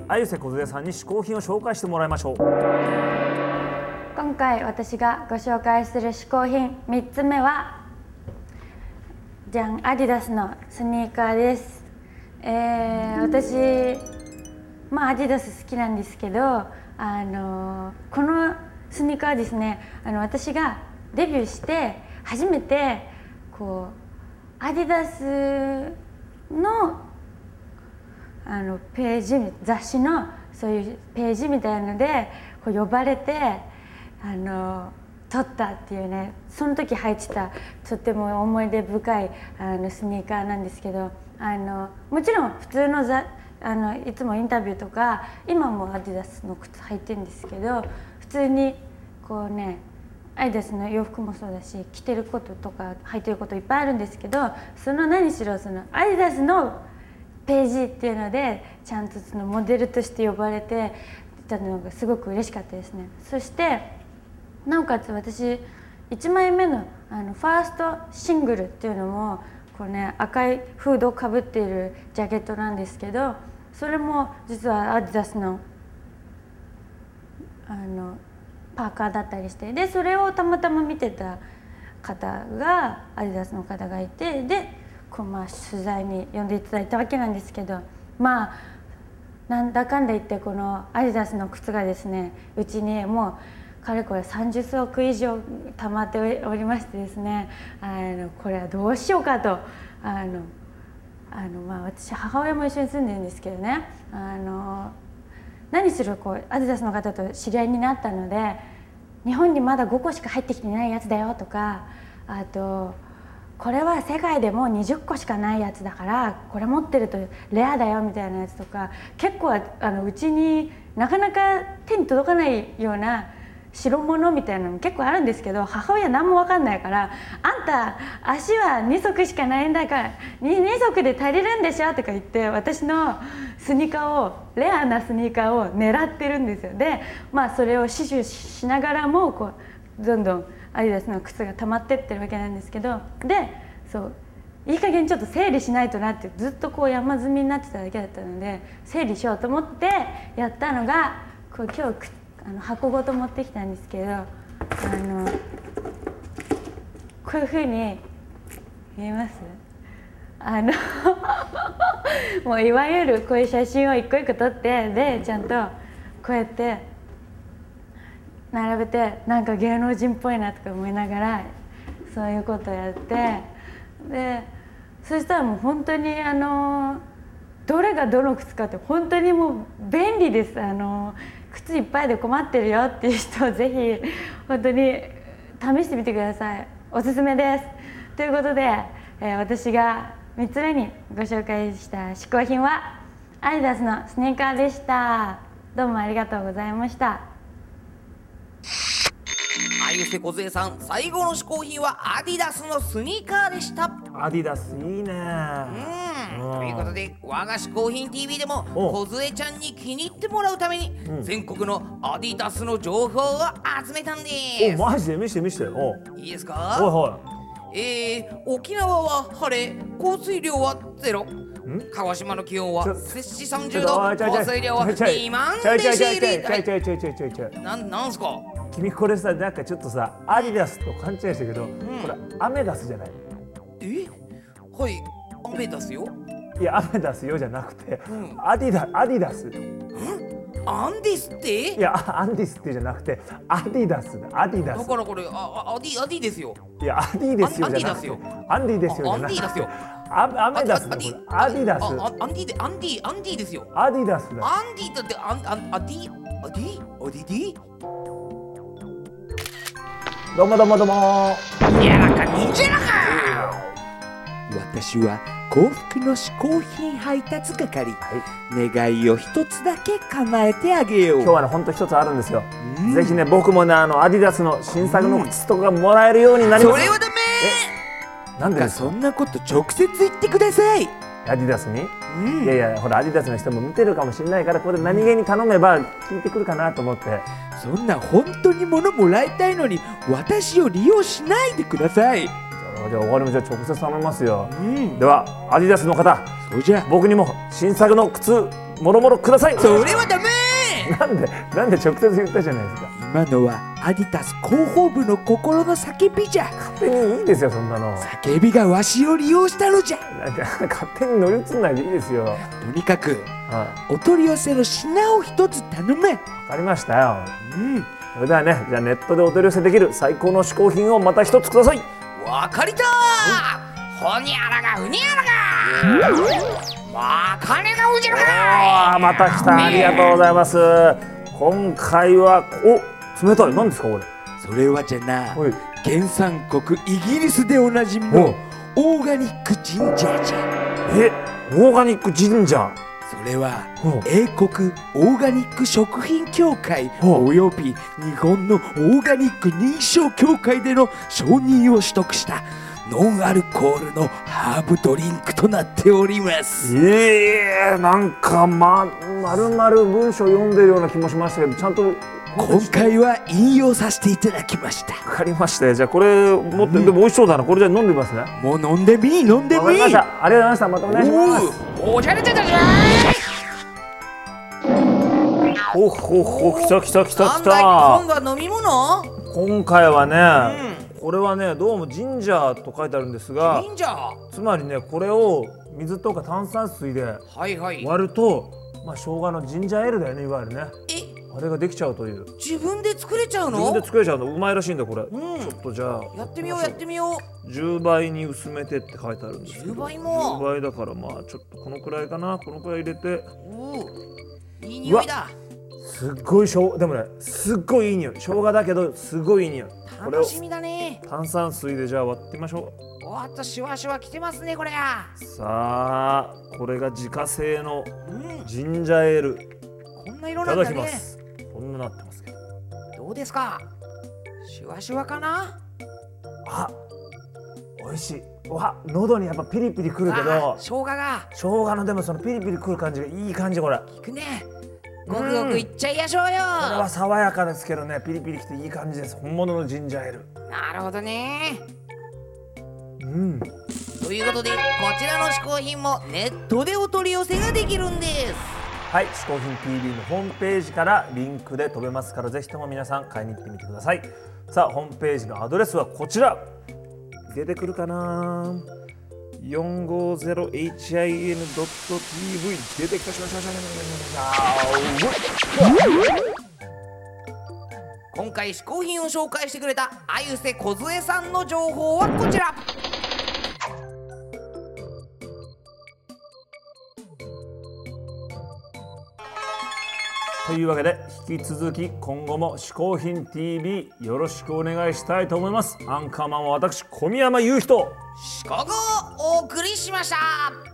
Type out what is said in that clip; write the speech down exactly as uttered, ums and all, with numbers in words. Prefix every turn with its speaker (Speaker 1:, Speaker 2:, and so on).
Speaker 1: 綾瀬梢さんに試行品を紹介してもらいましょう。
Speaker 2: 今回私がご紹介する試行品みっつめはじゃん、アディダスのスニーカーです。えー、私まあアディダス好きなんですけど、あのこのスニーカーはですね、あの私がデビューして初めてこうアディダスのあのページ、雑誌のそういうページみたいのでこう呼ばれてあの撮ったっていうね、その時履いてたとっても思い出深いあのスニーカーなんですけど、あのもちろん普通のざあのいつもインタビューとか今もアディダスの靴履いてるんですけど、普通にこうねアディダスの洋服もそうだし着てることとか履いてることいっぱいあるんですけど、その何しろそのアディダスのページっていうのでちゃんとそのモデルとして呼ばれてたのがすごく嬉しかったですね。そしてなおかつ私いちまいめ の, あのファーストシングルっていうのもこう、ね、赤いフードをかぶっているジャケットなんですけど、それも実はアディダス の, あのパーカーだったりして、でそれをたまたま見てた方がアディダスの方がいて、でこうまあ取材に呼んでいただいたわけなんですけど、まあなんだかんだ言ってこのアディダスの靴がですね、うちにもうかれこれさんじゅっそく以上溜まっておりましてですね、あのこれはどうしようかと、あのあのまあ私母親も一緒に住んでるんですけどね、あの何しろこうアディダスの方と知り合いになったので、日本にまだごこしか入ってきてないやつだよとか、あとこれは世界でもにじゅっこしかないやつだからこれ持ってるとレアだよみたいなやつとか、結構あのうちになかなか手に届かないような代物みたいなのも結構あるんですけど、母親何も分かんないから「あんた足はにそくしかないんだから 2, 2足で足りるんでしょ」とか言って私のスニーカーをレアなスニーカーを狙ってるんですよ。でまあそれを死守しながらもこうどんどんアディダスの靴が溜まってってるわけなんですけど、でそういい加減ちょっと整理しないとなってずっとこう山積みになってただけだったので、整理しようと思ってやったのがこう今日あの箱ごと持ってきたんですけど、あのこういうふうに見えます？あのもういわゆるこういう写真を一個一個撮って、でちゃんとこうやって並べてなんか芸能人っぽいなとか思いながらそういうことをやって、でそしたらもう本当にあのどれがどの靴かって本当にもう便利です。あの靴いっぱいで困ってるよっていう人はぜひ本当に試してみてください。おすすめです。ということで、えー、私がみっつめにご紹介した嗜好品はアディダスのスニーカーでした。どうもありがとうございました。
Speaker 3: 綾瀬梢さん、最後の嗜好品はアディダスのスニーカーでした。
Speaker 1: アディダスいいね。
Speaker 3: うん、ということで我が嗜好品 ティーブイ でも梢ちゃんに気に入ってもらうために、うん、全国のアディダスの情報を集めたんです。
Speaker 1: お、マジで見せて見せて。お
Speaker 3: いいですか？
Speaker 1: おいはい。
Speaker 3: えー、沖縄は晴れ、降水量はゼロ。川島の気温は摂氏さんじゅうど、降水量はにまんデシリットル。なんなんすか？
Speaker 1: 君これさ、なんかちょっとさアディダスと勘違いしたけど、うん、これアメダスじゃない？
Speaker 3: え？はい、アメダスよ。
Speaker 1: いや、アメダスよじゃなくて、うん、アディダアディダス。ん？
Speaker 3: アンディスって？
Speaker 1: いや、アンディスってじゃなくてアディダスだ。アディダス。
Speaker 3: だからこれあアディアディですよ。
Speaker 1: いや、アディですよじゃなくてアンディですよじゃなくてアンディですよ。アメダスだ。これアディダス。
Speaker 3: アンディでアンディアンディですよ。
Speaker 1: アディダスだ。
Speaker 3: アンディだってアンアンアディアディアディディ。
Speaker 1: どうもどうもどうも。
Speaker 3: にゃらかにじゃらか。
Speaker 4: 私は幸福の嗜好品配達係、はい、願いを一つだけ叶えてあげよう。
Speaker 1: 今日はね、ほんと一つあるんですよ。うん、ぜひね、僕もね、あのアディダスの新作の靴とかもらえるようになります。
Speaker 3: それはダメ
Speaker 4: ー。なんでですか？そんなこと直接言ってください。
Speaker 1: アディダスに、うん、いやいや、ほらアディダスの人も見てるかもしれないから、これ何気に頼めば聞いてくるかなと思って。
Speaker 4: そんな本当に物もらいたいのに私を利用しないでください。
Speaker 1: じゃあ終わりもじゃあ直接頼みますよ。うん、ではアディダスの方、
Speaker 4: そうじゃ
Speaker 1: 僕にも新作の靴もろもろください。
Speaker 3: それはダメ
Speaker 1: なんでなんで直接言ったじゃないですか。
Speaker 4: 今のはアディタス広報部の心の叫びじゃ。
Speaker 1: 勝手にいいですよそんなの。
Speaker 4: 叫びがわしを利用したのじゃ。
Speaker 1: なんか勝手に乗り移んないでいいですよ。
Speaker 4: とにかく
Speaker 1: は
Speaker 4: お取り寄せの品を一つ頼め。
Speaker 1: い、わかりましたよ。
Speaker 4: うん
Speaker 1: それではね、じゃあネットでお取り寄せできる最高の嗜好品をまた一つください。
Speaker 3: わかりたー。ほにゃらがうにゃらがまあ金がうじるか
Speaker 1: あーまた来た、ありがとうございます。今回はお冷たい、何ですかこれ。
Speaker 4: それはじゃな、
Speaker 1: はい、
Speaker 4: 原産国イギリスでおなじみのオーガニックジンジャーじゃ。
Speaker 1: えオーガニックジンジャー。
Speaker 4: それは
Speaker 1: うん
Speaker 4: 英国オーガニック食品協会
Speaker 1: うん
Speaker 4: および日本のオーガニック認証協会での承認を取得したノンアルコールのハーブドリンクとなっております。
Speaker 1: えー、なんかままるまる文章読んでるような気もしましたけど、ちゃんと
Speaker 4: 今回は引用させていただきました。
Speaker 1: わかりましたよ。じゃあこれ持って、うん、でも美味しそうだな。これじゃあ飲んでみますね。
Speaker 4: もう飲んでみ飲んでみ。
Speaker 1: わかりました。ありがとうございました。またお願いします。
Speaker 3: おじゃれてたじゃ
Speaker 1: ほっほっほ、来た来た来た来
Speaker 3: なんだい
Speaker 1: た。
Speaker 3: 今度は飲み物
Speaker 1: 今回はね、
Speaker 3: う
Speaker 1: これはねどうもジンジャーと書いてあるんですが、
Speaker 3: いいんじゃ
Speaker 1: つまりねこれを水とか炭酸水で
Speaker 3: はいはい
Speaker 1: 割ると、まあ生姜のジンジャーエールだよね、いわゆるね。
Speaker 3: え
Speaker 1: あれができちゃうという。
Speaker 3: 自分で作れちゃうの
Speaker 1: 自分で作れちゃうの、うまいらしいんだこれ。
Speaker 3: うん
Speaker 1: ちょっとじゃあ
Speaker 3: やってみようやってみよう
Speaker 1: じゅうばいに薄めてって書いてあるんですけど、
Speaker 3: じゅうばいも
Speaker 1: じゅうばいだからまあちょっとこのくらいかな。このくらい入れて、
Speaker 3: おおいい匂いだ
Speaker 1: すっごいしょうでもねすっごいいい匂い。生姜だけどすごいいい匂い。これを
Speaker 3: 楽しみだね
Speaker 1: 炭酸水でじゃあ割ってみましょ
Speaker 3: おっとシュワシュワきてますねこれが
Speaker 1: う。さあこれが自家製の
Speaker 3: うん
Speaker 1: ジンジャーエール、い
Speaker 3: こんな色な
Speaker 1: た
Speaker 3: んだね
Speaker 1: だきます。こんななってますけど、
Speaker 3: どうですかシュワシュワかな
Speaker 1: あ美味しい。うわ喉にやっぱピリピリくるけ
Speaker 3: あ
Speaker 1: ど、
Speaker 3: 生姜が
Speaker 1: 生姜のでもそのピリピリくる感じがいい感じ。これ
Speaker 3: 効くねごくごくいっちゃいやしょうよ
Speaker 1: これは爽やかですけどね、ピリピリきていい感じです。本物のジンジャーエール。
Speaker 3: なるほどね
Speaker 1: うん
Speaker 3: ということでこちらの嗜好品もネットでお取り寄せができるんです
Speaker 1: はい、嗜好品 ティービー のホームページからリンクで飛べますから、ぜひとも皆さん買いに行ってみてください。さあホームページのアドレスはこちら。出てくるかな。 よんごゼロエイチアイエヌドットティーブイ 出てきた。しましましまし
Speaker 3: 今回嗜好品を紹介してくれたあゆせこずえさんの情報はこちら
Speaker 1: というわけで引き続き今後も嗜好品 ティービー よろしくお願いしたいと思います。アンカーマンは私小宮山雄人。
Speaker 3: シカゴをお送りしました。